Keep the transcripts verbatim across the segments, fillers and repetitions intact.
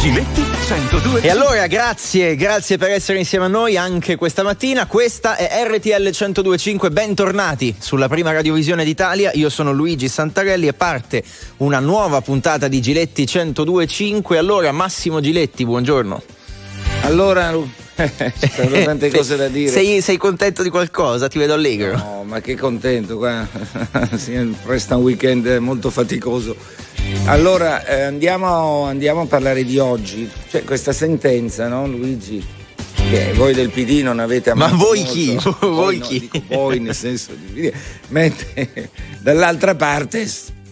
Giletti centodue. E allora grazie, grazie per essere insieme a noi anche questa mattina. Questa è R T L centodue e cinque, bentornati sulla prima radiovisione d'Italia. Io sono Luigi Santarelli e parte una nuova puntata di Giletti centodue e cinque. Allora Massimo Giletti, buongiorno. Allora ci sono tante cose da dire. Sei, sei contento di qualcosa? Ti vedo allegro. No, ma che contento, qua si resta un weekend molto faticoso. Allora eh, andiamo, andiamo a parlare di oggi. C'è questa sentenza, no Luigi? Che voi del P D non avete amato. Ma voi molto. chi? Voi, voi no, chi? Dico voi nel senso di mentre dall'altra parte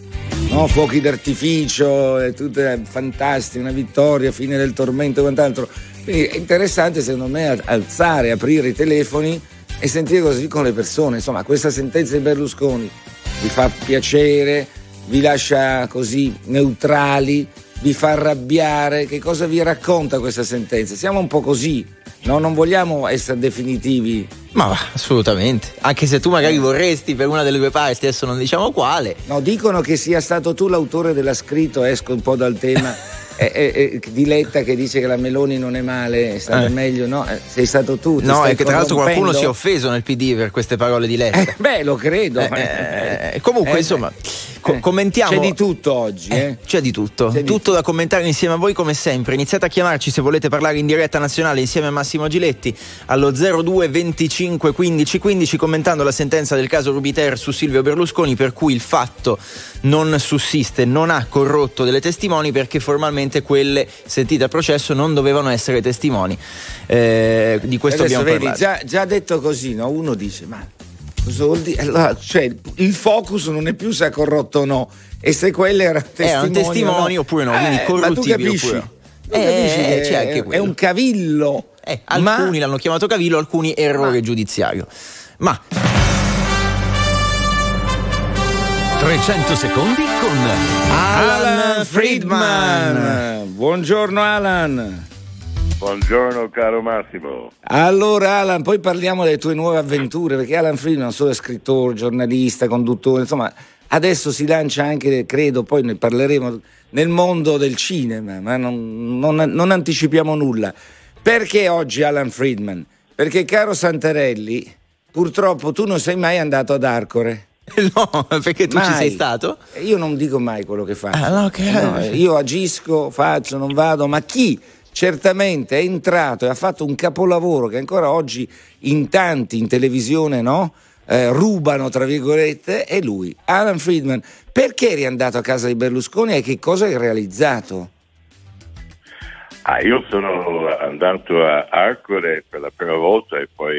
no, fuochi d'artificio, è tutto fantastico, una vittoria, fine del tormento e quant'altro. Quindi è interessante secondo me alzare, aprire i telefoni e sentire cosa dicono le persone. Insomma, questa sentenza di Berlusconi vi fa piacere, vi lascia così neutrali, vi fa arrabbiare? Che cosa vi racconta questa sentenza? Siamo un po' così, no? Non vogliamo essere definitivi. Ma assolutamente, anche se tu magari vorresti per una delle due parti, adesso non diciamo quale. No, dicono che sia stato tu l'autore della scritto, esco un po' dal tema. E, e, e di Letta che dice che la Meloni non è male, è stata eh. meglio, no? Sei stato tu. No, è che tra l'altro qualcuno si è offeso nel P D per queste parole di Letta. Eh, beh, lo credo. Eh, eh, comunque, eh, insomma, co- commentiamo. C'è di tutto oggi, eh? eh c'è di tutto, c'è tutto di... da commentare insieme a voi come sempre. Iniziate a chiamarci se volete parlare in diretta nazionale insieme a Massimo Giletti allo zero due venticinque quindici quindici commentando la sentenza del caso Rubiter su Silvio Berlusconi, per cui il fatto non sussiste, non ha corrotto delle testimoni perché formalmente quelle sentite al processo non dovevano essere testimoni. Eh, di questo adesso abbiamo vedi, parlato. Già, già detto così, no? Uno dice, ma cosa vuol dire? Allora, cioè, il focus non è più se ha corrotto o no, e se quelle erano testimoni, erano testimoni no? oppure no, eh, quindi corruttivi. Ma tu capisci? Oppure... Tu capisci eh, che c'è anche è, quello. è un cavillo. Eh, alcuni ma... l'hanno chiamato cavillo, alcuni errore ma... giudiziario. Ma trecento secondi con Alan Friedman. Buongiorno Alan. Buongiorno caro Massimo. Allora Alan, poi parliamo delle tue nuove avventure, perché Alan Friedman non solo è scrittore, giornalista, conduttore, insomma adesso si lancia anche, credo, poi ne parleremo, nel mondo del cinema, ma non, non, non anticipiamo nulla. Perché oggi Alan Friedman? Perché caro Santarelli, purtroppo tu non sei mai andato ad Arcore. No, perché tu mai. Ci sei stato? Io non dico mai quello che faccio. Ah, no, che... no, io agisco, faccio, non vado, ma chi certamente è entrato e ha fatto un capolavoro che ancora oggi in tanti in televisione, no? Eh, rubano tra virgolette, è lui, Alan Friedman. Perché eri andato a casa di Berlusconi e che cosa hai realizzato? Ah, io sono andato a Arcore per la prima volta e poi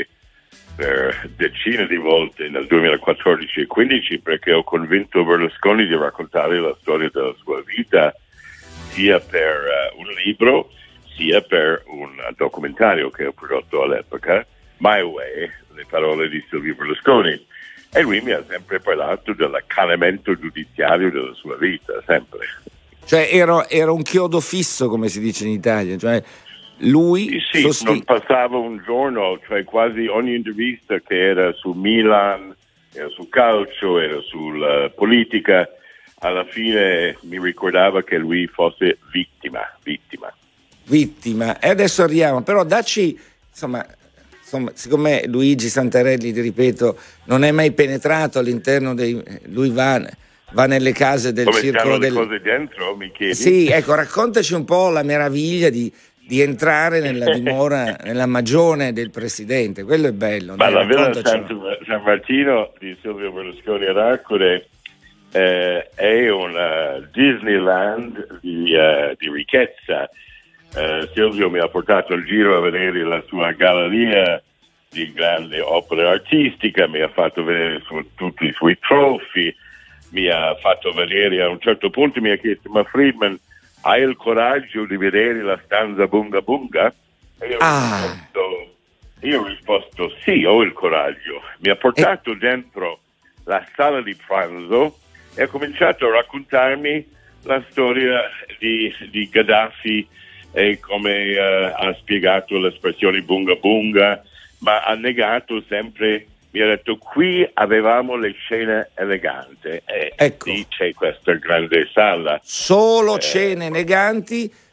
per decine di volte nel duemilaquattordici e quindici perché ho convinto Berlusconi di raccontare la storia della sua vita sia per uh, un libro sia per un documentario che ho prodotto all'epoca, My Way, le parole di Silvio Berlusconi, e lui mi ha sempre parlato dell'accanimento giudiziario della sua vita, sempre. Cioè era, era un chiodo fisso, come si dice in Italia, cioè lui sì, sosti... non passava un giorno, cioè quasi ogni intervista che era su Milan, era su calcio, era sulla politica, alla fine mi ricordava che lui fosse vittima, vittima. Vittima, e adesso arriviamo, però dacci, insomma, insomma, siccome Luigi Santarelli, ti ripeto, non è mai penetrato all'interno dei... lui va... va nelle case del Come circolo del... del... cose dentro, mi chiedi? Sì, ecco, raccontaci un po' la meraviglia di, di entrare nella dimora, nella magione del presidente, quello è bello. Ma dai, la Villa raccontacelo. San, San Martino di Silvio Berlusconi ad Arcore eh, è una Disneyland di, uh, di ricchezza. Uh, Silvio mi ha portato in giro a vedere la sua galleria di grande opera artistica, mi ha fatto vedere su, tutti i suoi trofei, mi ha fatto vedere, a un certo punto mi ha chiesto, ma Friedman, hai il coraggio di vedere la stanza Bunga Bunga? E io, ah. ho risposto, io ho risposto sì, ho il coraggio. Mi ha portato e... dentro la sala di pranzo e ha cominciato a raccontarmi la storia di, di Gheddafi e come uh, ha spiegato l'espressione Bunga Bunga, ma ha negato sempre. Mi ha detto, qui avevamo le scene eleganti e ecco. lì c'è questa grande sala. Solo eh, cene eleganti,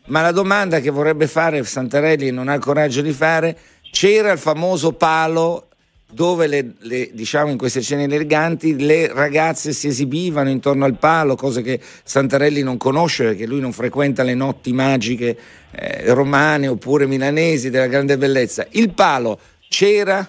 ma la domanda che vorrebbe fare Santarelli e non ha il coraggio di fare: c'era il famoso palo dove le, le, diciamo in queste scene eleganti le ragazze si esibivano intorno al palo, cose che Santarelli non conosce perché lui non frequenta le notti magiche eh, romane oppure milanesi della grande bellezza. Il palo c'era?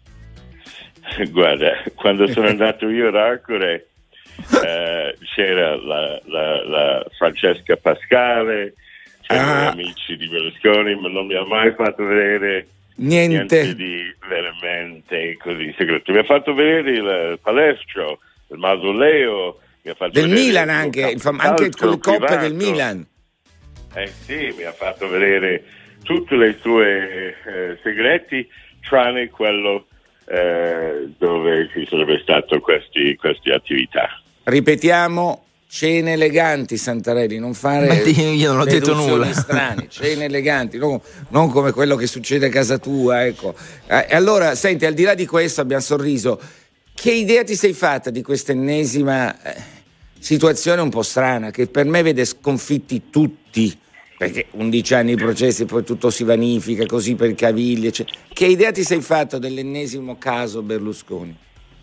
Guarda, quando sono andato io ad Arcore eh, c'era la, la, la Francesca Pascale, c'erano Ah. gli amici di Berlusconi, ma non mi ha mai fatto vedere Niente. niente di veramente così segreto. Mi ha fatto vedere il palestro, il mausoleo, mi ha fatto Del vedere Milan il anche, campo il fam- di anche calcio con le coppe privato. del Milan. Eh sì, mi ha fatto vedere tutti i suoi eh, segreti, tranne quello eh, dove ci sarebbe stato questi, queste attività. Ripetiamo, cene eleganti, Santarelli, non fare Ma di- io non ho detto deduzioni nulla. strane, cene eleganti, non, non come quello che succede a casa tua, ecco. Eh, e allora, senti, al di là di questo abbiamo sorriso. Che idea ti sei fatta di questa ennesima eh, situazione un po' strana, che per me vede sconfitti tutti, perché undici anni di processi e poi tutto si vanifica così per caviglie, eccetera. Che idea ti sei fatta dell'ennesimo caso Berlusconi?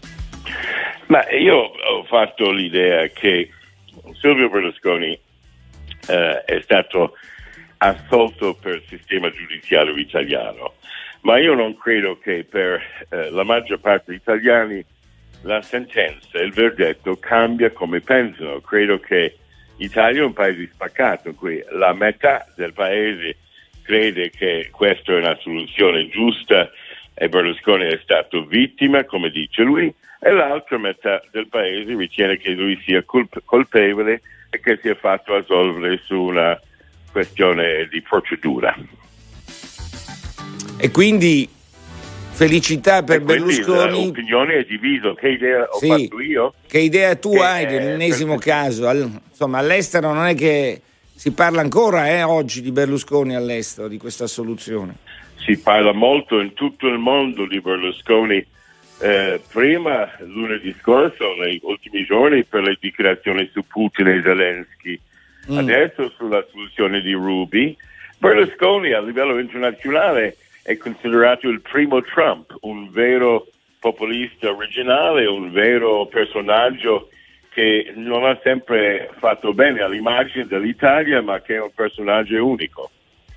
Ma io ho fatto l'idea che Silvio Berlusconi eh, è stato assolto per il sistema giudiziario italiano, ma io non credo che per eh, la maggior parte degli italiani la sentenza, il verdetto cambia come pensano. Credo che l'Italia è un paese spaccato in cui la metà del paese crede che questa è una soluzione giusta e Berlusconi è stato vittima, come dice lui, e l'altra metà del paese ritiene che lui sia colp- colpevole e che sia fatto assolvere su una questione di procedura. E quindi felicità per E quindi Berlusconi. l'opinione è divisa. Che idea ho Sì. fatto io? Che idea tu Che, hai eh, dell'ennesimo per- caso? Al- insomma, all'estero non è che si parla ancora eh, oggi di Berlusconi all'estero, di questa soluzione. Si parla molto in tutto il mondo di Berlusconi. Eh, prima, lunedì scorso, negli ultimi giorni, per le dichiarazioni su Putin e Zelensky. Mm. Adesso sulla soluzione di Ruby. Berlusconi a livello internazionale è considerato il primo Trump, un vero populista originale, un vero personaggio che non ha sempre fatto bene all'immagine dell'Italia, ma che è un personaggio unico.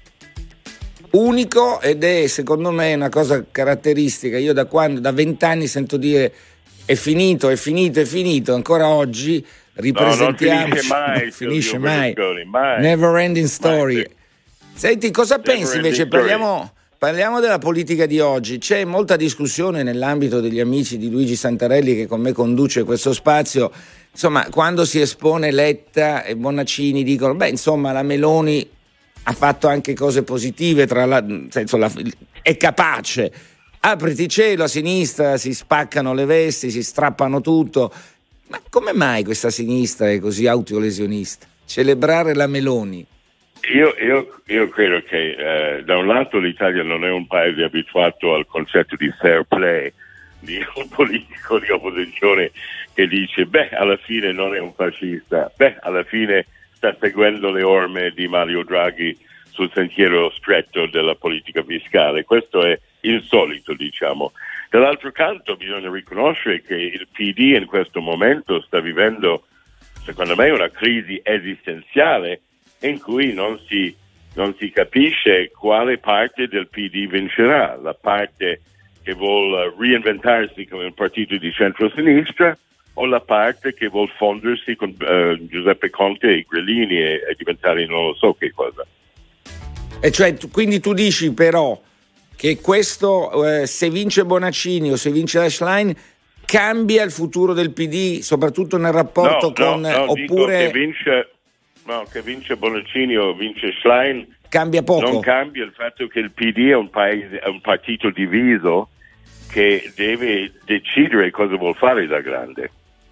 Unico, ed è secondo me una cosa caratteristica. Io da quando, da vent'anni sento dire è finito, è finito, è finito, ancora oggi ripresentiamoci. No, non finisce mai, non finisce Silvio mai. Berlusconi, mai. Never ending story. Mai. Senti, cosa Never pensi ending invece? story. Parliamo, parliamo della politica di oggi. C'è molta discussione nell'ambito degli amici di Luigi Santarelli, che con me conduce questo spazio. Insomma, quando si espone Letta e Bonaccini dicono, beh, insomma, la Meloni ha fatto anche cose positive, tra la, nel senso, la, è capace. Apriti cielo, a sinistra si spaccano le vesti, si strappano tutto. Ma come mai questa sinistra è così autolesionista? Celebrare la Meloni. Io, io, io credo che eh, da un lato l'Italia non è un paese abituato al concetto di fair play, di un politico di opposizione che dice beh, alla fine non è un fascista, beh, alla fine sta seguendo le orme di Mario Draghi sul sentiero stretto della politica fiscale. Questo è insolito, diciamo. Dall'altro canto bisogna riconoscere che il P D in questo momento sta vivendo, secondo me, una crisi esistenziale in cui non si, non si capisce quale parte del P D vincerà, la parte che vuole reinventarsi come un partito di centro-sinistra o la parte che vuole fondersi con uh, Giuseppe Conte e i Grillini e, e diventare non lo so che cosa. E cioè, tu, quindi tu dici però che questo, eh, se vince Bonaccini o se vince la Schlein, cambia il futuro del P D, soprattutto nel rapporto no, con... no, no, oppure dico che vince, no, che vince Bonaccini o vince Schlein cambia poco? non cambia il fatto che il P D è un, paese, è un partito diviso che deve decidere cosa vuol fare da grande.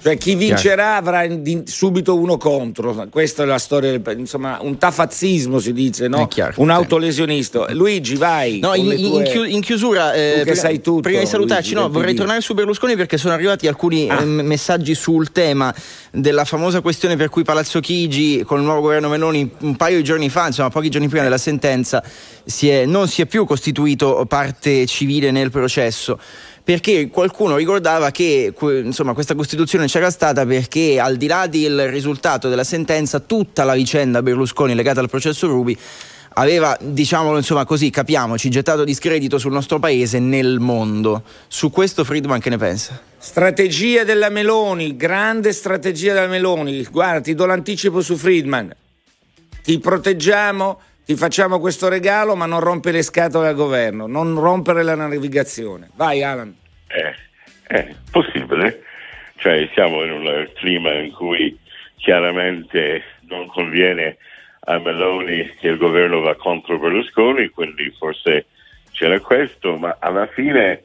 Cioè chi vincerà avrà di, subito uno contro, questa è la storia, insomma un tafazzismo si dice, no? Chiaro, un autolesionista. Luigi, vai. No, in, tue... in, in chiusura, eh, che prima, sai tutto, prima di salutarci, Luigi, no, vorrei tornare su Berlusconi perché sono arrivati alcuni ah. eh, messaggi sul tema della famosa questione per cui Palazzo Chigi con il nuovo governo Meloni un paio di giorni fa, insomma pochi giorni prima della sentenza, si è, non si è più costituito parte civile nel processo. Perché qualcuno ricordava che insomma questa costituzione c'era stata perché al di là del risultato della sentenza tutta la vicenda Berlusconi legata al processo Ruby aveva, diciamolo insomma così, capiamoci, gettato discredito sul nostro paese nel mondo. Su questo Friedman che ne pensa? Strategia della Meloni, grande strategia della Meloni. Guarda, ti do l'anticipo su Friedman, ti proteggiamo, ti facciamo questo regalo, ma non rompe le scatole al governo, non rompere la navigazione. Vai Alan. Eh, è possibile, cioè siamo in un clima in cui chiaramente non conviene a Meloni che il governo va contro Berlusconi, quindi forse c'era questo, ma alla fine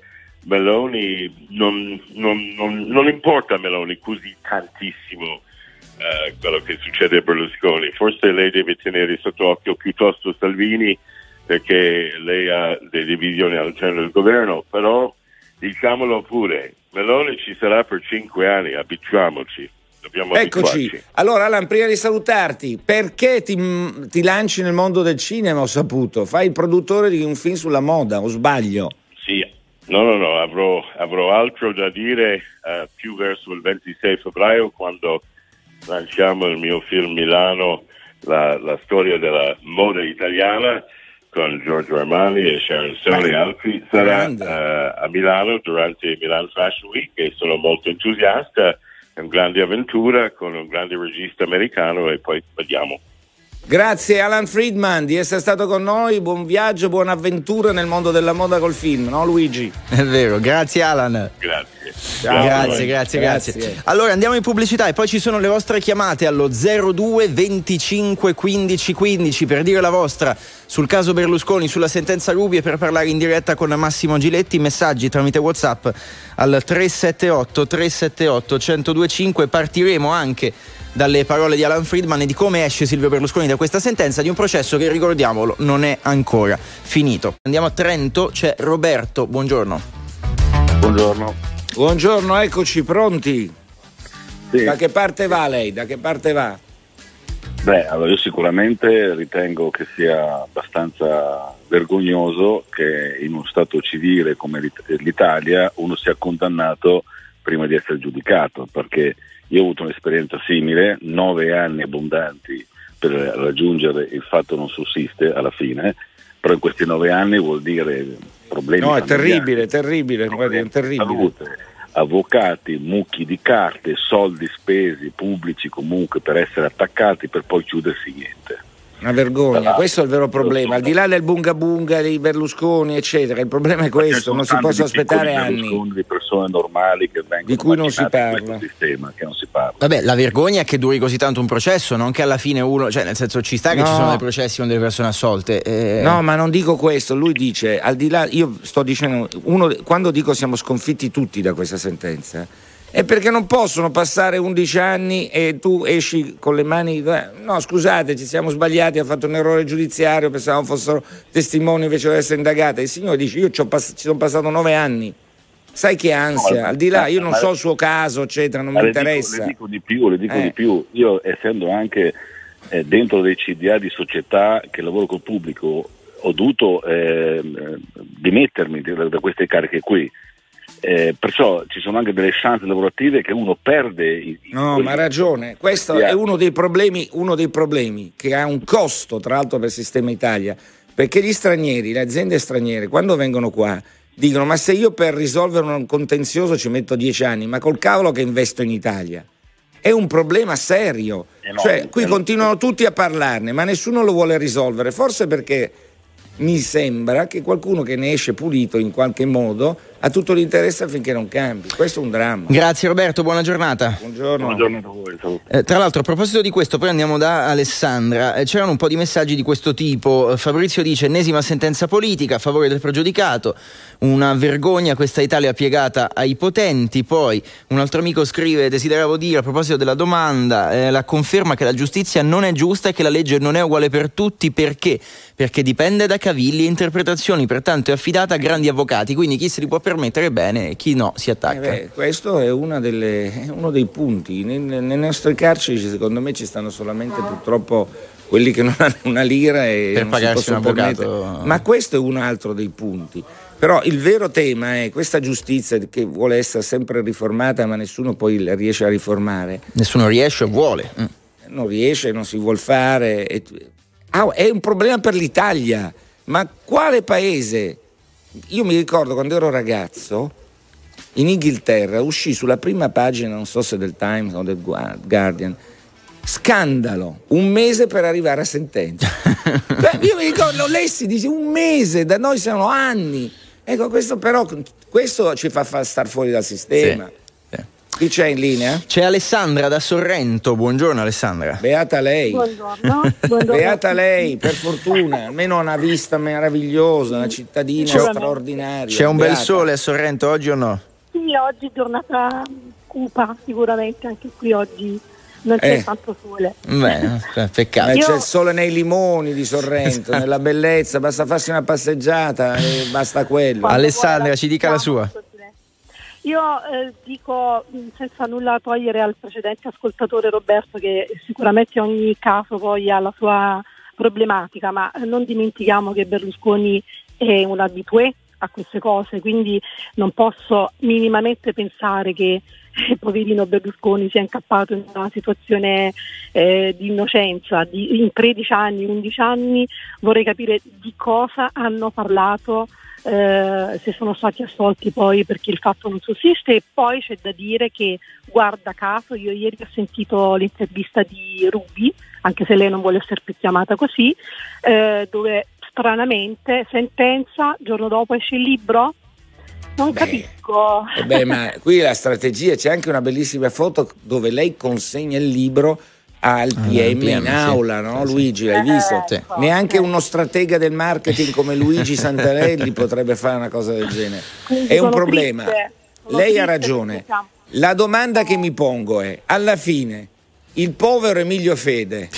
Meloni non, non, non, non importa a Meloni così tantissimo Uh, quello che succede a Berlusconi. Forse lei deve tenere sotto occhio piuttosto Salvini perché lei ha delle divisioni all'interno del governo, però diciamolo pure, Meloni ci sarà per cinque anni, abituiamoci, dobbiamo Eccoci. abituarci. Allora Alan, prima di salutarti, perché ti, ti lanci nel mondo del cinema? Ho saputo, fai il produttore di un film sulla moda, o sbaglio? Sì, no no no, avrò, avrò altro da dire uh, più verso il ventisei febbraio quando lanciamo il mio film Milano, la, la storia della moda italiana con Giorgio Armani e Sharon Stone e altri. Sarà uh, a Milano durante il Milan Fashion Week e sono molto entusiasta, è una grande avventura con un grande regista americano e poi vediamo. Grazie Alan Friedman di essere stato con noi, buon viaggio, buona avventura nel mondo della moda col film, no Luigi? È vero, grazie Alan. Grazie. Ciao, grazie, grazie, grazie, grazie. Allora andiamo in pubblicità e poi ci sono le vostre chiamate allo zero due venticinque quindici quindici per dire la vostra sul caso Berlusconi, sulla sentenza Ruby e per parlare in diretta con Massimo Giletti. Messaggi tramite WhatsApp al tre sette otto tre sette otto uno zero due cinque. Partiremo anche dalle parole di Alan Friedman e di come esce Silvio Berlusconi da questa sentenza di un processo che, ricordiamolo, non è ancora finito. Andiamo a Trento, c'è Roberto, buongiorno. Buongiorno. Buongiorno, eccoci pronti. Sì. Da che parte va lei? Da che parte va? Beh, allora io sicuramente ritengo che sia abbastanza vergognoso che in uno stato civile come l'Italia uno sia condannato prima di essere giudicato, perché io ho avuto un'esperienza simile, nove anni abbondanti per raggiungere il fatto non sussiste alla fine, però in questi nove anni vuol dire problemi. No, è terribile, terribile, guardi, è terribile. Salute, avvocati, mucchi di carte, soldi spesi pubblici comunque per essere attaccati per poi chiudersi niente. Una vergogna, allora, questo è il vero problema, al di là del bunga bunga dei Berlusconi eccetera, il problema è questo, non si possono aspettare anni di persone normali che vengono di cui non si parla, sistema che non si parla. Vabbè, la vergogna è che duri così tanto un processo, non che alla fine uno, cioè nel senso ci sta che no. ci sono dei processi con delle persone assolte eh... no, ma non dico questo, lui dice al di là, io sto dicendo uno, quando dico siamo sconfitti tutti da questa sentenza è perché non possono passare undici anni e tu esci con le mani, no scusate ci siamo sbagliati, ha fatto un errore giudiziario, pensavamo fossero testimoni invece di essere indagate. Il signore dice io ci, pass- ci sono passato nove anni, sai che ansia, no, al di là io non so il suo caso eccetera, non mi le interessa. Dico, le dico di più, le dico eh. di più, io essendo anche eh, dentro dei C D A di società che lavoro col pubblico ho dovuto eh, dimettermi da, da queste cariche qui. Eh, perciò ci sono anche delle chance lavorative che uno perde i, no ma ha ragione, questo è uno dei problemi uno dei problemi che ha un costo tra l'altro per il sistema Italia, perché gli stranieri, le aziende straniere quando vengono qua dicono ma se io per risolvere un contenzioso ci metto dieci anni, ma col cavolo che investo in Italia. È un problema serio, eh no, cioè qui eh continuano no. tutti a parlarne ma nessuno lo vuole risolvere, forse perché mi sembra che qualcuno che ne esce pulito in qualche modo ha tutto l'interesse affinché non cambi. Questo è un dramma. Grazie Roberto, buona giornata. Buongiorno. Buongiorno a voi. Eh, tra l'altro, a proposito di questo, poi andiamo da Alessandra. Eh, c'erano un po' di messaggi di questo tipo. Eh, Fabrizio dice: ennesima sentenza politica a favore del pregiudicato, una vergogna questa Italia piegata ai potenti. Poi un altro amico scrive: desideravo dire a proposito della domanda, eh, la conferma che la giustizia non è giusta e che la legge non è uguale per tutti. Perché? Perché dipende da cavilli e interpretazioni, pertanto è affidata a grandi avvocati, quindi chi se li può permettere bene e chi no si attacca. Eh beh, questo è, una delle, è uno dei punti. Nelle, nelle nostre carceri secondo me ci stanno solamente purtroppo quelli che non hanno una lira e per non pagarsi si un possono avvocato. permettere. Ma questo è un altro dei punti. Però il vero tema è questa giustizia che vuole essere sempre riformata, ma nessuno poi la riesce a riformare. Nessuno riesce o vuole. Mm. Non riesce, non si vuol fare. E, ah, è un problema per l'Italia. Ma quale paese? Io mi ricordo quando ero ragazzo, in Inghilterra uscì sulla prima pagina, non so se del Times o del Guardian, scandalo, un mese per arrivare a sentenza. Beh, io mi ricordo, lo lessi, dice un mese, da noi sono anni. Ecco, questo però, questo ci fa far star fuori dal sistema. Sì, sì. Chi c'è in linea? C'è Alessandra da Sorrento. Buongiorno Alessandra. Beata lei. Buongiorno. Buongiorno. Beata lei, per fortuna, almeno una vista meravigliosa, una cittadina straordinaria. C'è un bel Beata. sole a Sorrento oggi o no? Sì, oggi giornata cupa, sicuramente anche qui oggi non c'è Eh. tanto sole. Beh, peccato. Ma Io- c'è il sole nei limoni di Sorrento, nella bellezza, basta farsi una passeggiata e basta quello. Quando Alessandra, vuole la ci dica la diciamo, sua. sotto silenzio. Io eh, dico mh, senza nulla togliere al precedente ascoltatore Roberto che sicuramente ogni caso poi ha la sua problematica, ma non dimentichiamo che Berlusconi è un abitué a queste cose, quindi non posso minimamente pensare che eh, poverino Berlusconi sia incappato in una situazione eh, di innocenza. Di, in tredici anni, undici anni vorrei capire di cosa hanno parlato, eh, se sono stati assolti poi perché il fatto non sussiste. E poi c'è da dire che, guarda caso, io ieri ho sentito l'intervista di Ruby, anche se lei non vuole essere più chiamata così, eh, dove stranamente sentenza, giorno dopo esce il libro. Non Beh, capisco. Eh beh, ma qui la strategia, c'è anche una bellissima foto dove lei consegna il libro al P M, P M, in aula, sì. no? Sì, sì. Luigi, l'hai Eh, visto? Sì. Neanche uno stratega del marketing come Luigi Santarelli potrebbe fare una cosa del genere. Quindi È un sono problema. triste, sono Lei ha triste ragione. perché siamo- La domanda che mi pongo è: alla fine il povero Emilio Fede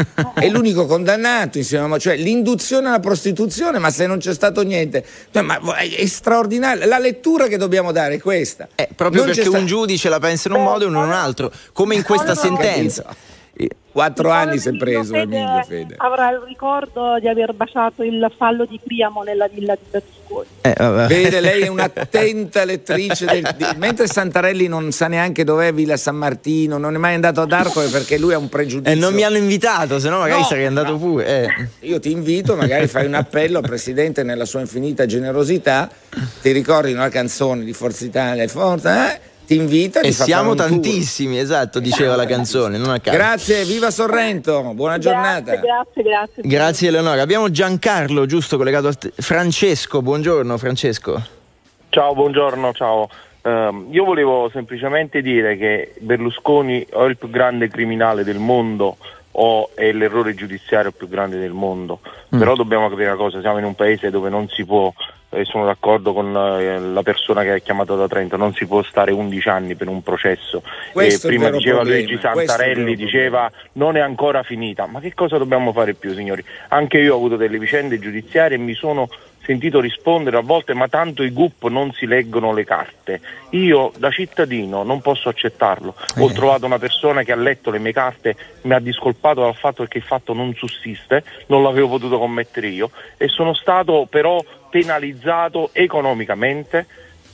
è l'unico condannato insieme a me, cioè l'induzione alla prostituzione, ma se non c'è stato niente, cioè, ma è straordinario. La lettura che dobbiamo dare è questa. Eh, proprio Non c'è perché sta- un giudice la pensa in un modo e uno in un altro, come in questa No, no, sentenza. Quattro Il anni si è povero preso Emilio Fede. Avrà il ricordo di aver baciato il fallo di Priamo nella villa di Berlusconi. Eh, vabbè. Vede, lei è un'attenta lettrice del, di- mentre Santarelli non sa neanche dov'è Villa San Martino, non è mai andato ad Arcore perché lui ha un pregiudizio. E non mi hanno invitato, se no magari No, sarei andato no. pure. Eh. Io ti invito, magari fai un appello al Presidente nella sua infinita generosità, ti ricordi una canzone di Forza Italia, Forza, eh? Ti invita E ti fa siamo fare un tour. tantissimi, esatto, diceva la canzone, non a caso. Grazie, viva Sorrento, buona giornata. Grazie, grazie, grazie. Grazie Eleonora. Abbiamo Giancarlo, giusto, collegato a te. Francesco, buongiorno Francesco. Ciao, buongiorno, ciao. Ehm, io volevo semplicemente dire che Berlusconi o è il più grande criminale del mondo o è l'errore giudiziario più grande del mondo, Mm. però dobbiamo capire una cosa: siamo in un paese dove non si può, e sono d'accordo con eh, la persona che ha chiamato da Trento, non si può stare undici anni per un processo. Questo E è il prima vero diceva problema, Luigi questo è il Santarelli, vero diceva non è ancora finita, ma che cosa dobbiamo fare più, signori? Anche io ho avuto delle vicende giudiziarie e mi sono sentito rispondere a volte: ma tanto i G U P non si leggono le carte. Io da cittadino non posso accettarlo. Ho Eh. trovato una persona che ha letto le mie carte, mi ha discolpato dal fatto che il fatto non sussiste, non l'avevo potuto commettere io, e sono stato però penalizzato economicamente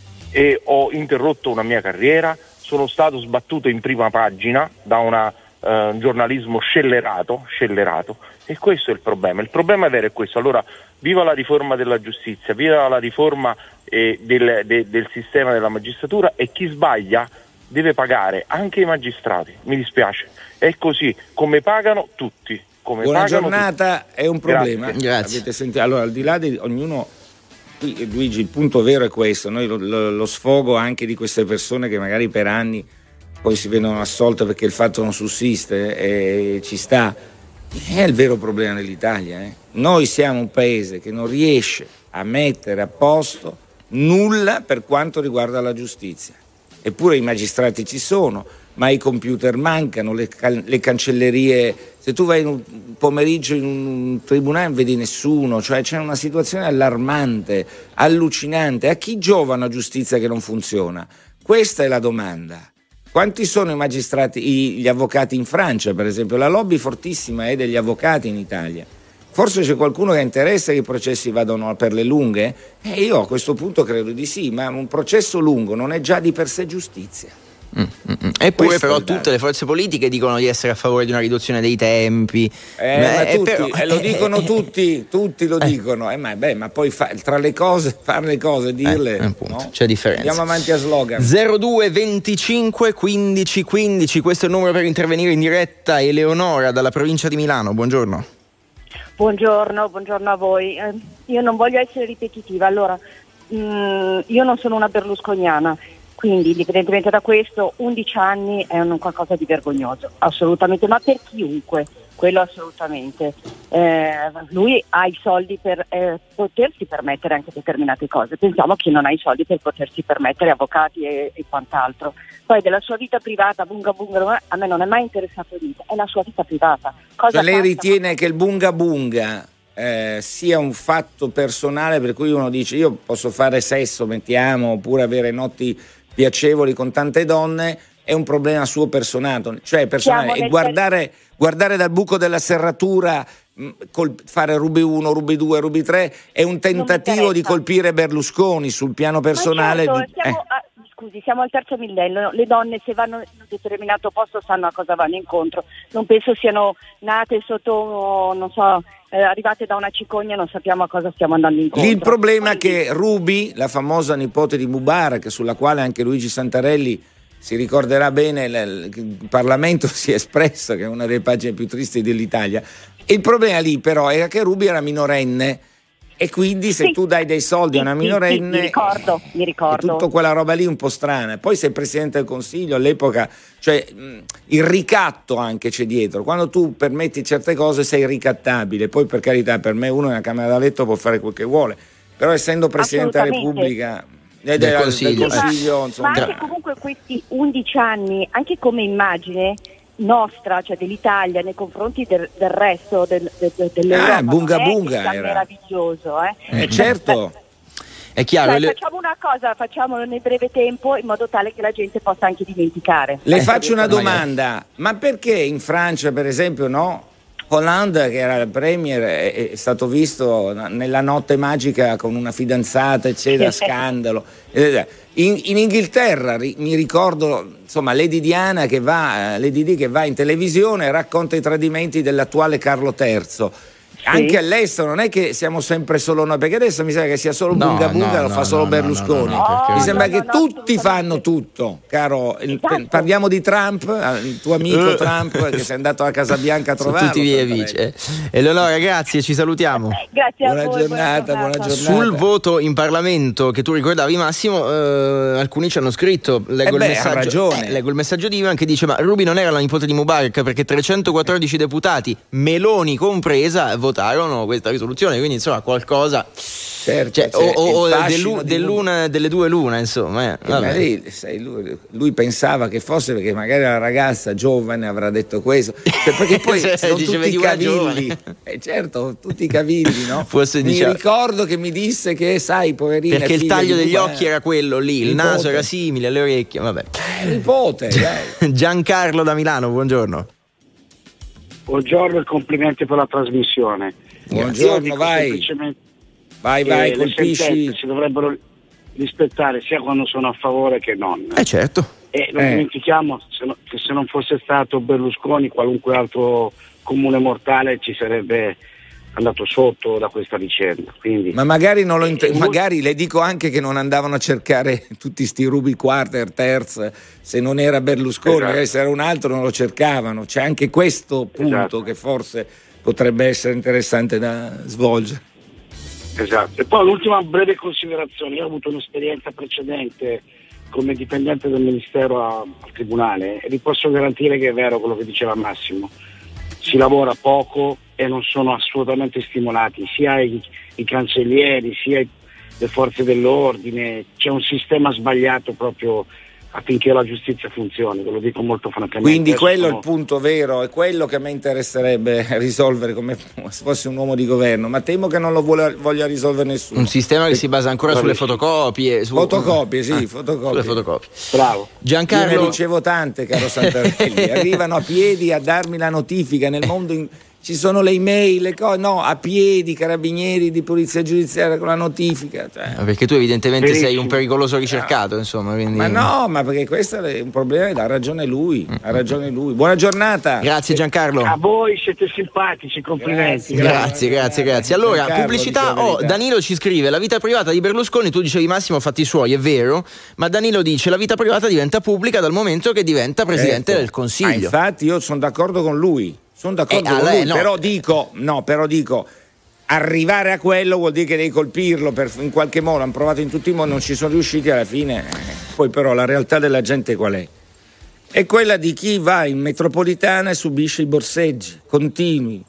e ho interrotto una mia carriera, sono stato sbattuto in prima pagina da una, eh, un giornalismo scellerato, scellerato, e questo è il problema. Il problema vero è questo. Allora, viva la riforma della giustizia, viva la riforma eh, del, de, del sistema della magistratura, e chi sbaglia deve pagare, anche i magistrati, mi dispiace, è così, come pagano tutti. Come Buona pagano giornata, tutti. è un problema. Grazie. Avete sentito? Allora, al di là di ognuno Luigi, il punto vero è questo, noi lo, lo, lo sfogo anche di queste persone che magari per anni poi si vedono assolte perché il fatto non sussiste e ci sta, è il vero problema dell'Italia. Eh? Noi siamo un paese che non riesce a mettere a posto nulla per quanto riguarda la giustizia, eppure i magistrati ci sono, ma i computer mancano, le, le cancellerie, se tu vai in un pomeriggio in un tribunale non vedi nessuno, cioè c'è una situazione allarmante, allucinante. A chi giova una giustizia che non funziona? Questa è la domanda. Quanti sono i magistrati, gli avvocati in Francia, per esempio? La lobby fortissima è degli avvocati in Italia. Forse c'è qualcuno che interessa che i processi vadano per le lunghe? E io a questo punto credo di sì, ma un processo lungo non è già di per sé giustizia. Mm, mm, mm. Eppure Questo però tutte le forze politiche dicono di essere a favore di una riduzione dei tempi. Eh, ma ma eh, tutti, però, eh, lo eh, dicono eh, tutti, tutti lo eh. dicono. Eh, ma, beh, ma poi fa, tra le cose, fare le cose, dirle, eh, appunto, no? c'è differenza. Andiamo avanti a slogan. zero due venticinque quindici quindici, questo è il numero per intervenire in diretta. Eleonora dalla provincia di Milano, buongiorno. Buongiorno, buongiorno a voi. Eh, io non voglio essere ripetitiva, allora mh, io non sono una berlusconiana, quindi indipendentemente da questo undici anni è un qualcosa di vergognoso, assolutamente, ma per chiunque, quello assolutamente. Eh, lui ha i soldi per eh, potersi permettere anche determinate cose, pensiamo che non ha i soldi per potersi permettere avvocati e, e quant'altro. Poi della sua vita privata, bunga bunga, a me non è mai interessato niente, è la sua vita privata. Cosa Cioè, lei passa? ritiene che il bunga bunga eh, sia un fatto personale per cui uno dice io posso fare sesso, mettiamo, oppure avere notti piacevoli con tante donne, è un problema suo personale, cioè personale, e guardare, guardare dal buco della serratura, mh, col, fare Ruby uno, Ruby due, Ruby tre è un tentativo di colpire Berlusconi sul piano personale. Ma certo, di, siamo, eh. ah, scusi, siamo al terzo millennio, le donne se vanno in un determinato posto sanno a cosa vanno incontro, non penso siano nate sotto, non so, eh, arrivate da una cicogna, non sappiamo a cosa stiamo andando incontro. Lì il problema è che Ruby, la famosa nipote di Mubarak, sulla quale anche Luigi Santarelli si ricorderà bene, il Parlamento si è espresso, che è una delle pagine più tristi dell'Italia. E il problema lì però era che Ruby era minorenne e quindi se sì. tu dai dei soldi sì, a una sì, minorenne, sì, mi ricordo, mi ricordo. è tutta quella roba lì un po' strana. Poi sei Presidente del Consiglio all'epoca, cioè mh, il ricatto anche c'è dietro. Quando tu permetti certe cose sei ricattabile. Poi per carità, per me uno nella Camera da letto può fare quel che vuole, però essendo Presidente della Repubblica del, del Consiglio, del consiglio insomma. Ma anche comunque questi undici anni, anche come immagine nostra, cioè dell'Italia nei confronti del, del resto del, del, dell'Europa, ah, bunga non è bunga che sia era meraviglioso, eh, eh certo. È chiaro. Cioè, le... facciamo una cosa, facciamolo nel breve tempo in modo tale che la gente possa anche dimenticare. Le eh, faccio una domanda, ma perché in Francia per esempio no? Hollande, che era il premier, è, è stato visto nella notte magica con una fidanzata, eccetera, scandalo. In, in Inghilterra mi ricordo, insomma, Lady Diana che va, Lady Di che va in televisione e racconta i tradimenti dell'attuale Carlo terzo. Sì. Anche all'estero non è che siamo sempre solo noi, perché adesso mi sembra che sia solo no, bunga bunga, no, lo no, fa solo no, Berlusconi. no, no, no, no, mi sembra no, che no, tutti fanno tutto, caro. Esatto. Parliamo di Trump, il tuo amico Trump che sei andato a Casa Bianca a trovarlo. Tutti via vice. Eleonora, grazie, ci salutiamo. Grazie a buona voi, giornata, buona buona giornata. giornata. Sul voto in Parlamento che tu ricordavi, Massimo, eh, alcuni ci hanno scritto, leggo, eh beh, il messaggio, ha ragione. eh, leggo il messaggio di Ivan che dice ma Ruby non era la nipote di Mubarak perché trecentoquattordici deputati, Meloni compresa, votarono questa risoluzione, quindi insomma qualcosa certo, cioè, cioè, o, o dell'u, dell'una, delle due l'una insomma eh, ma lei, sai, lui, lui pensava che fosse perché magari la ragazza giovane avrà detto questo, cioè, perché poi cioè, sono dice, tutti i cavilli giovane. eh, certo, tutti i cavilli, no? Forse mi diceva... ricordo che mi disse che sai poverina perché il taglio degli occhi era quello lì, il nipote. naso era simile, le orecchie, vabbè. Nipote, dai. Giancarlo da Milano, buongiorno. Buongiorno e complimenti per la trasmissione. Buongiorno, vai. Vai, vai, colpisci. Si dovrebbero rispettare sia quando sono a favore che non. Eh certo. E non eh. dimentichiamo se no, che se non fosse stato Berlusconi, qualunque altro comune mortale ci sarebbe andato sotto da questa vicenda. Quindi, ma magari non lo eh, inter- eh, magari le dico anche che non andavano a cercare tutti sti rubi quarter, terz, se non era Berlusconi, esatto. magari se era un altro non lo cercavano. C'è anche questo punto, esatto, che forse potrebbe essere interessante da svolgere. Esatto. E poi l'ultima breve considerazione, io ho avuto un'esperienza precedente come dipendente del Ministero a, al Tribunale e vi posso garantire che è vero quello che diceva Massimo, si lavora poco e non sono assolutamente stimolati sia i, i cancellieri sia i, le forze dell'ordine, c'è un sistema sbagliato proprio affinché la giustizia funzioni, ve lo dico molto francamente. Quindi Adesso quello è sono... il punto vero, è quello che a me interesserebbe risolvere come se fosse un uomo di governo, ma temo che non lo vuole, voglia risolvere nessuno. Un sistema che e... si basa ancora sulle fotocopie. Su... Fotocopie, sì, ah, fotocopie. Sulle fotocopie. Bravo. Giancarlo... Io ne ricevo tante, caro Santarelli, arrivano a piedi a darmi la notifica nel mondo in... Ci sono le email, le cose, no, a piedi, carabinieri di polizia giudiziaria con la notifica. Cioè. Perché tu evidentemente Benissimo. sei un pericoloso ricercato, no. insomma. Quindi... Ma no, ma perché questo è un problema, ha ragione lui, ha ragione lui. Buona giornata. Grazie Giancarlo. A voi siete simpatici, complimenti. Grazie, grazie, grazie. grazie. Allora, Giancarlo, pubblicità, oh, Danilo ci scrive, la vita privata di Berlusconi, tu dicevi Massimo, fatti suoi, è vero, ma Danilo dice la vita privata diventa pubblica dal momento che diventa Presidente ecco. del Consiglio. Ah, infatti io sono d'accordo con lui. Sono d'accordo eh, con lui, no. però dico, no, però dico, arrivare a quello vuol dire che devi colpirlo per, in qualche modo, hanno provato in tutti i modi, non ci sono riusciti alla fine. Poi però la realtà della gente qual è? È quella di chi va in metropolitana e subisce i borseggi continui.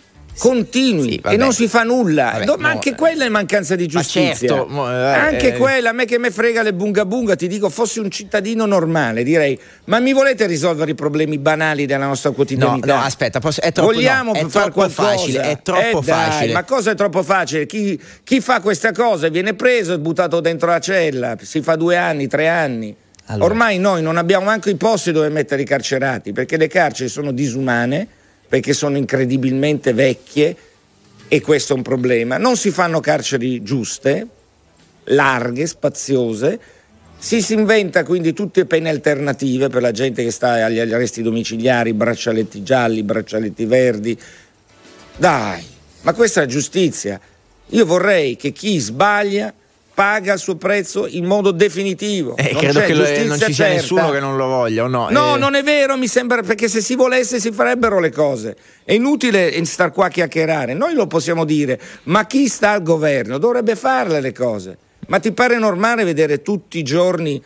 Continui sì, vabbè. e non si fa nulla, Vabbè, Do, ma no, anche quella è mancanza di giustizia. Certo, mo, eh, anche eh, quella, a me che me frega le bunga bunga, ti dico, fossi un cittadino normale, direi, ma mi volete risolvere i problemi banali della nostra quotidianità? No, no, aspetta, posso, è troppo, vogliamo no, è fare troppo qualcosa? facile, è troppo eh dai, facile. Ma cosa è troppo facile? Chi, chi fa questa cosa viene preso e buttato dentro la cella, si fa due anni, tre anni. Allora. Ormai noi non abbiamo neanche i posti dove mettere i carcerati, perché le carceri sono disumane, perché sono incredibilmente vecchie. E questo è un problema. Non si fanno carceri giuste, larghe, spaziose, si si inventa quindi tutte pene alternative per la gente che sta agli arresti domiciliari, braccialetti gialli, braccialetti verdi. Dai, ma questa è la giustizia. Io vorrei che chi sbaglia paga il suo prezzo in modo definitivo. Eh, non credo c'è che giustizia non ci sia certa. nessuno che non lo voglia, o no? No, eh... non è vero, mi sembra, perché se si volesse si farebbero le cose. È inutile star qua a chiacchierare, noi lo possiamo dire, ma chi sta al governo dovrebbe farle le cose. Ma ti pare normale vedere tutti i giorni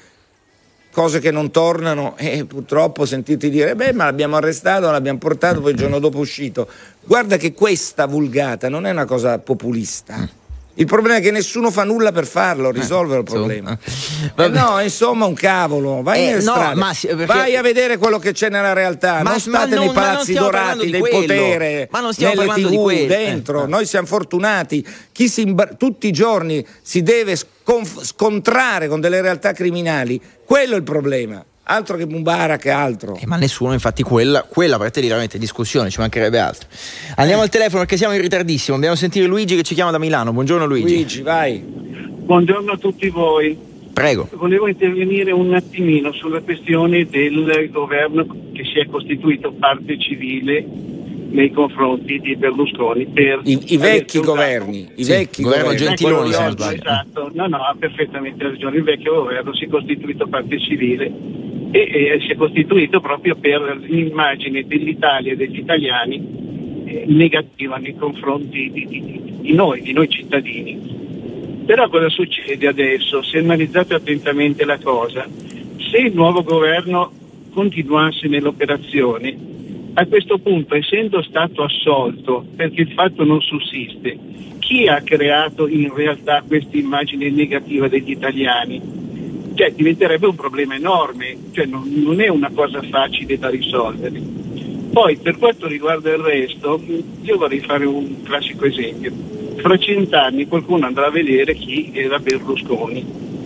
cose che non tornano e purtroppo sentirti dire beh, ma l'abbiamo arrestato, l'abbiamo portato, poi il giorno dopo è uscito. Guarda che questa vulgata non è una cosa populista. Il problema è che nessuno fa nulla per farlo, risolvere il problema. Eh, no, insomma, un cavolo. Vai eh, nelle no, strade, ma, perché... vai a vedere quello che c'è nella realtà. Ma, non state ma nei non, palazzi dorati del quello. potere, ma non stiamo nelle parlando tivù, di quello. dentro. Eh, Noi siamo fortunati. Chi si imbar- tutti i giorni si deve sconf- scontrare con delle realtà criminali. Quello è il problema. Altro che Mubarak e altro. Eh, ma nessuno, infatti, quella, quella per te è veramente discussione, ci mancherebbe altro. Andiamo al telefono perché siamo in ritardissimo. Dobbiamo sentire Luigi che ci chiama da Milano. Buongiorno Luigi. Luigi, vai. Buongiorno a tutti voi. Prego. Volevo intervenire un attimino sulla questione del governo che si è costituito parte civile nei confronti di Berlusconi per i, i vecchi governi, i sì, vecchi governo governi. Gentiloni, se non sbaglio. Esatto, no, no, ha perfettamente ragione. Il vecchio governo si è costituito parte civile e, e si è costituito proprio per l'immagine dell'Italia e degli italiani eh, negativa nei confronti di, di, di noi, di noi cittadini. Però cosa succede adesso? Se analizzate attentamente la cosa, se il nuovo governo continuasse nell'operazione, a questo punto, essendo stato assolto perché il fatto non sussiste, chi ha creato in realtà questa immagine negativa degli italiani? Cioè diventerebbe un problema enorme, cioè non, non è una cosa facile da risolvere. Poi per quanto riguarda il resto, io vorrei fare un classico esempio. Fra cent'anni qualcuno andrà a vedere chi era Berlusconi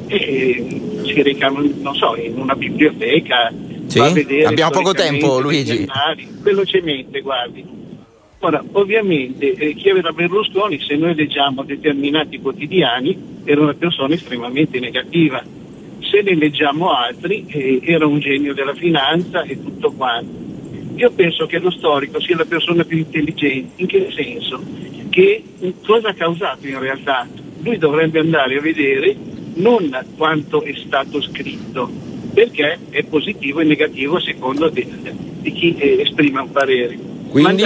e si reca, non so, in una biblioteca. Sì? Abbiamo poco tempo, Luigi. Giornali, velocemente, guardi. Ora, ovviamente, eh, chi aveva Berlusconi, se noi leggiamo determinati quotidiani, era una persona estremamente negativa. Se ne leggiamo altri, eh, era un genio della finanza e tutto quanto. Io penso che lo storico sia la persona più intelligente. In che senso? Che cosa ha causato in realtà? Lui dovrebbe andare a vedere non quanto è stato scritto, perché è positivo e negativo a seconda di, di chi eh, esprime un parere. Quindi? Magari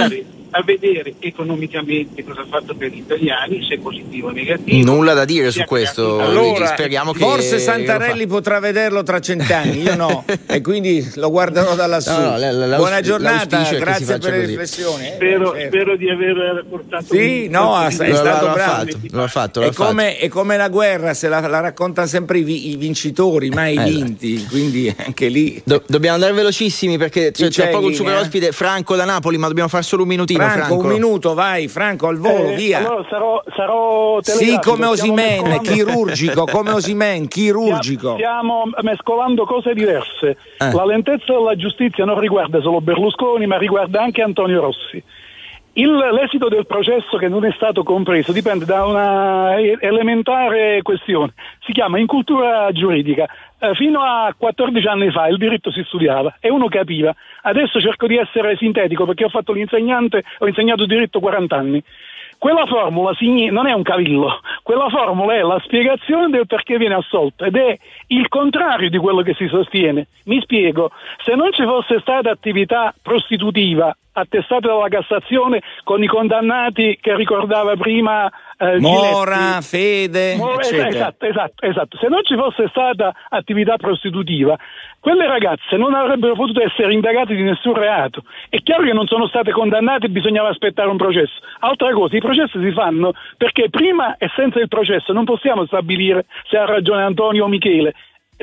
a vedere economicamente cosa ha fatto per gli italiani, se è positivo o negativo. Nulla da dire su questo, Luigi. Speriamo che forse Santarelli potrà vederlo tra cent'anni, io no, e quindi lo guarderò da lassù. No, no, buona giornata, grazie per le riflessioni. Spero, eh, spero di aver portato. Sì, no, è stato lo bravo. Fatto, lo ha fatto, lo è, come, è come la guerra, se la, la raccontano sempre i, vi, i vincitori, mai i eh, vinti, quindi anche lì. Do, dobbiamo andare velocissimi perché c'è, c'è poco il super ospite Franco da Napoli, ma dobbiamo fare solo un minutino. Franco, Franco. un minuto, vai Franco, al volo, eh, via. Allora sarò, sarò sì, come Osimhen, chirurgico, come Osimhen, chirurgico. Stiamo mescolando cose diverse. Eh. La lentezza della giustizia non riguarda solo Berlusconi, ma riguarda anche Antonio Rossi. Il, l'esito del processo, che non è stato compreso, dipende da una elementare questione. Si chiama incultura giuridica. Eh, fino a quattordici anni fa il diritto si studiava e uno capiva. Adesso cerco di essere sintetico perché ho fatto l'insegnante, ho insegnato diritto quaranta anni. Quella formula non è un cavillo, quella formula è la spiegazione del perché viene assolto ed è il contrario di quello che si sostiene. Mi spiego, se non ci fosse stata attività prostitutiva attestata dalla Cassazione con i condannati che ricordava prima eh, Mora, Giletti, Fede, Mora, eccetera. esatto, esatto, esatto. Se non ci fosse stata attività prostitutiva, quelle ragazze non avrebbero potuto essere indagate di nessun reato. È chiaro che non sono state condannate e bisognava aspettare un processo. Altra cosa, i processi si fanno perché prima e senza il processo non possiamo stabilire se ha ragione Antonio o Michele.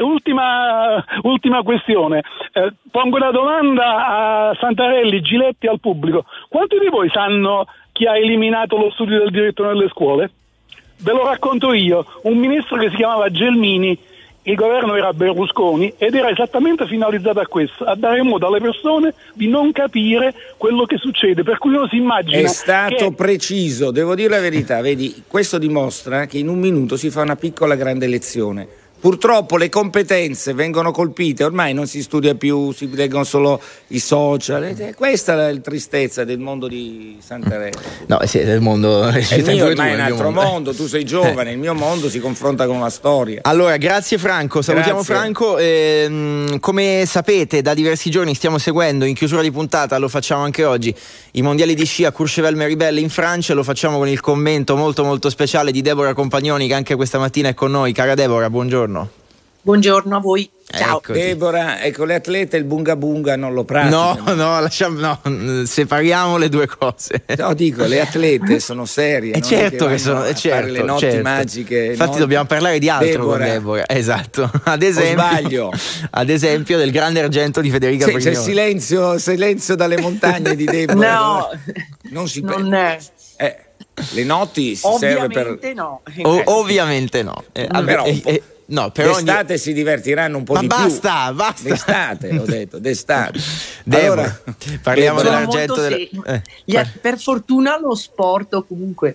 Ultima, ultima questione, eh, pongo una domanda a Santarelli, Giletti, al pubblico. Quanti di voi sanno chi ha eliminato lo studio del diritto nelle scuole? Ve lo racconto io, un ministro che si chiamava Gelmini, il governo era Berlusconi ed era esattamente finalizzato a questo, a dare modo alle persone di non capire quello che succede, per cui uno si immagina. È stato che... preciso, devo dire la verità, vedi, questo dimostra che in un minuto si fa una piccola grande lezione. Purtroppo le competenze vengono colpite, ormai non si studia più, si leggono solo i social. Questa è la tristezza del mondo di Santarelli. No, sì, del mondo. Il mio ormai è un altro mondo. mondo, tu sei giovane, il mio mondo si confronta con una storia. Allora, grazie Franco, salutiamo Grazie. Franco. Ehm, come sapete, da diversi giorni stiamo seguendo, in chiusura di puntata, lo facciamo anche oggi, i mondiali di sci a Courchevel-Méribel in Francia. Lo facciamo con il commento molto molto speciale di Deborah Compagnoni, che anche questa mattina è con noi. Cara Deborah, buongiorno. Buongiorno a voi. Ciao. Eccoti. Deborah, ecco, le atlete il bunga bunga non lo praticano. No, no, lasciamo, no, separiamo le due cose. No, dico, le atlete sono serie. E certo che, che sono, a certo, fare le notti certo. magiche. Infatti notti... dobbiamo parlare di altro Deborah. con Deborah. Esatto. Ad esempio, o sbaglio. Ad esempio del grande argento di Federica sì, Brignone. C'è silenzio, silenzio dalle montagne di Deborah. No, non si non è. Eh, le notti si ovviamente serve per. No. O, ovviamente no. Eh, mm. Però, eh, eh, No, però d'estate ogni... si divertiranno un po' Ma di basta, più. basta. D'estate, ho detto, d'estate. Deborah, allora, parliamo Sono dell'argento della... eh, Gli, per fortuna lo sport, o comunque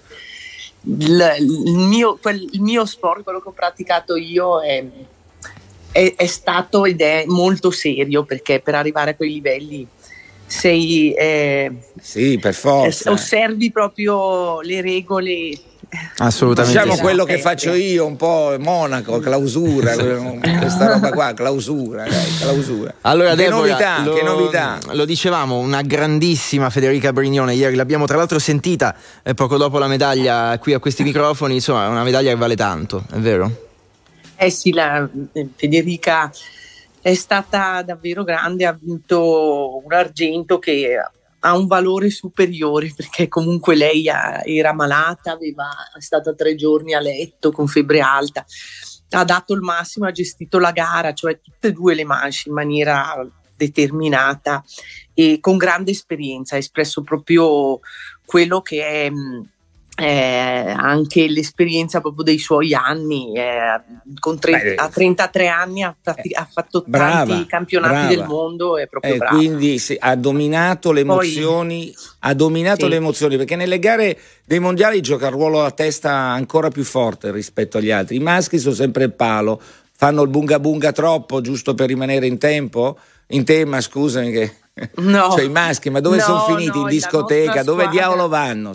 il, il, mio, quel, il mio sport, quello che ho praticato io è, è, è stato ed è molto serio, perché per arrivare a quei livelli sei eh, sì, per forza. osservi proprio le regole. Assolutamente. Diciamo sì. quello che faccio io, un po' Monaco, clausura, questa roba qua, clausura, dai, clausura. Allora, che Deborah, novità, lo, che novità. Lo dicevamo, una grandissima Federica Brignone, ieri l'abbiamo tra l'altro sentita eh, poco dopo la medaglia qui a questi microfoni, insomma, è una medaglia che vale tanto, è vero? Eh sì, la eh, Federica è stata davvero grande, ha vinto un argento che ha un valore superiore, perché comunque lei ha, era malata, aveva, è stata tre giorni a letto con febbre alta, ha dato il massimo, ha gestito la gara, cioè tutte e due le manche in maniera determinata e con grande esperienza, ha espresso proprio quello che è Eh, anche l'esperienza proprio dei suoi anni, eh, con tre, a trentatré anni ha, prati- ha fatto brava, tanti campionati brava. del mondo, è proprio eh, brava. Quindi sì, ha dominato le emozioni, Poi, ha dominato sì. le emozioni, perché nelle gare dei mondiali gioca il ruolo a testa ancora più forte rispetto agli altri. I maschi sono sempre il palo, fanno il bunga bunga troppo giusto per rimanere in tempo, in tema, scusami che no. cioè i maschi, ma dove no, sono finiti? no, in discoteca, dove squadra. diavolo vanno?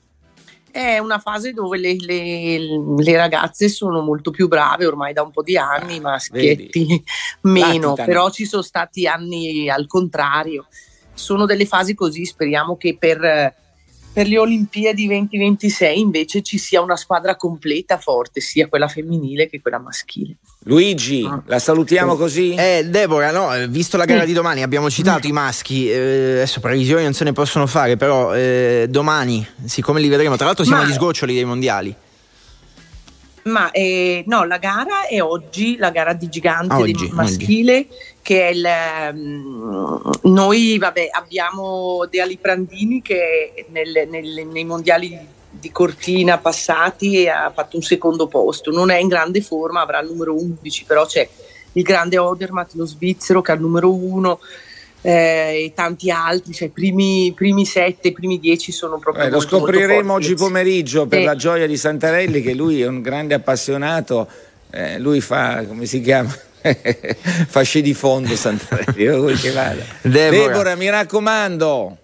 È una fase dove le, le, le ragazze sono molto più brave ormai da un po' di anni, i maschietti vedi. meno, Latitano. Però ci sono stati anni al contrario. Sono delle fasi così, speriamo che per per le Olimpiadi venti ventisei invece ci sia una squadra completa forte, sia quella femminile che quella maschile. Luigi, ah. la salutiamo così? Eh, Deborah, no, visto la gara mm. di domani, abbiamo citato mm. i maschi, eh, adesso previsioni non se ne possono fare, però eh, domani, siccome li vedremo, tra l'altro siamo Ma... agli sgoccioli dei mondiali. Ma eh, no, la gara è oggi, la gara di gigante ah, oggi, maschile, oggi. che è il um, noi vabbè abbiamo De Aliprandini che nel, nel, nei mondiali di Cortina passati ha fatto un secondo posto, non è in grande forma, avrà il numero undici, però c'è il grande Odermatt, lo svizzero, che ha il numero uno, eh, e tanti altri, cioè i primi, primi sette, i primi dieci sono proprio eh, molto, lo scopriremo molto oggi pomeriggio per eh. la gioia di Santarelli, che lui è un grande appassionato, eh, lui fa, come si chiama? fa sci di fondo Santarelli. Vuoi che vada? Deborah. Deborah, mi raccomando,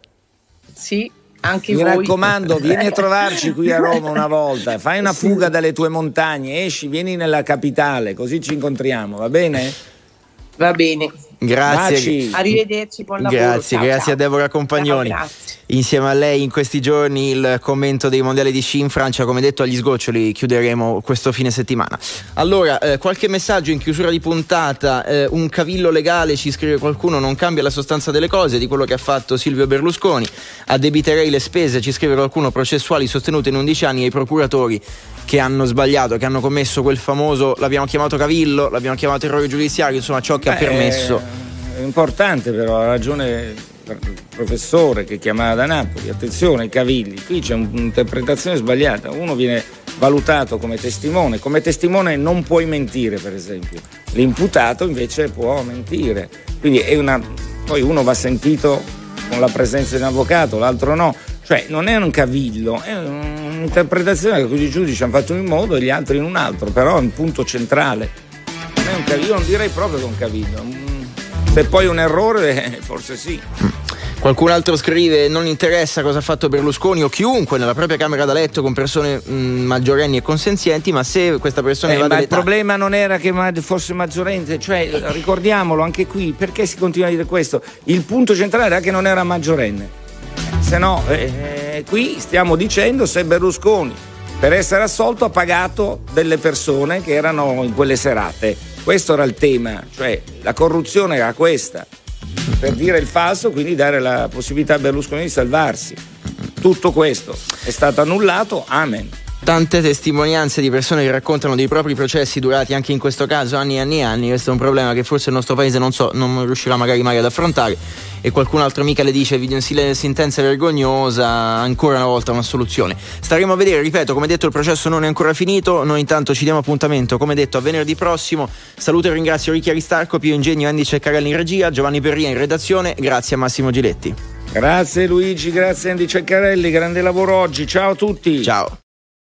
sì, anche mi voi. raccomando, vieni a trovarci qui a Roma una volta, fai una sì. fuga dalle tue montagne, esci, vieni nella capitale, così ci incontriamo, va bene? Va bene. Grazie. Baci. Arrivederci, buon lavoro. Grazie, ciao, grazie ciao. a Deborah Compagnoni. Ciao, grazie. Insieme a lei in questi giorni il commento dei mondiali di sci in Francia, come detto agli sgoccioli chiuderemo questo fine settimana. Allora, eh, qualche messaggio in chiusura di puntata, eh, un cavillo legale, ci scrive qualcuno, non cambia la sostanza delle cose, di quello che ha fatto Silvio Berlusconi. Addebiterei le spese, ci scrive qualcuno, processuali sostenute in undici anni ai procuratori che hanno sbagliato, che hanno commesso quel famoso, l'abbiamo chiamato cavillo, l'abbiamo chiamato errore giudiziario, insomma ciò che Beh, ha permesso. È importante, però ha ragione il professore che chiamava da Napoli, attenzione ai cavilli, qui c'è un'interpretazione sbagliata, uno viene valutato come testimone, come testimone non puoi mentire, per esempio, l'imputato invece può mentire, quindi è una, poi uno va sentito con la presenza di un avvocato, l'altro no, cioè non è un cavillo, è un'interpretazione che i giudici hanno fatto in un modo e gli altri in un altro, però è un punto centrale, non è un cavillo, io non direi proprio che è un cavillo. Se poi un errore, forse sì. Qualcun altro scrive: non interessa cosa ha fatto Berlusconi o chiunque nella propria camera da letto con persone mh, maggiorenni e consenzienti, ma se questa persona eh, va ma il problema non era che fosse maggiorenne, cioè ricordiamolo anche qui, perché si continua a dire questo? Il punto centrale era che non era maggiorenne, se no eh, qui stiamo dicendo se Berlusconi per essere assolto ha pagato delle persone che erano in quelle serate. Questo era il tema, cioè la corruzione era questa, per dire il falso, quindi dare la possibilità a Berlusconi di salvarsi. Tutto questo è stato annullato, amen. Tante testimonianze di persone che raccontano dei propri processi durati anche in questo caso anni e anni e anni. Questo è un problema che forse il nostro paese non so, non riuscirà magari mai ad affrontare, e qualcun altro mica le dice sentenza vergognosa, ancora una volta una soluzione. Staremo a vedere, ripeto, come detto il processo non è ancora finito, noi intanto ci diamo appuntamento come detto a venerdì prossimo. Saluto e ringrazio Ricchi Aristarco, Pio Ingegno, Andy Ceccarelli in regia, Giovanni Perria in redazione, grazie a Massimo Giletti. Grazie Luigi, grazie Andy Ceccarelli, grande lavoro oggi, ciao a tutti. Ciao.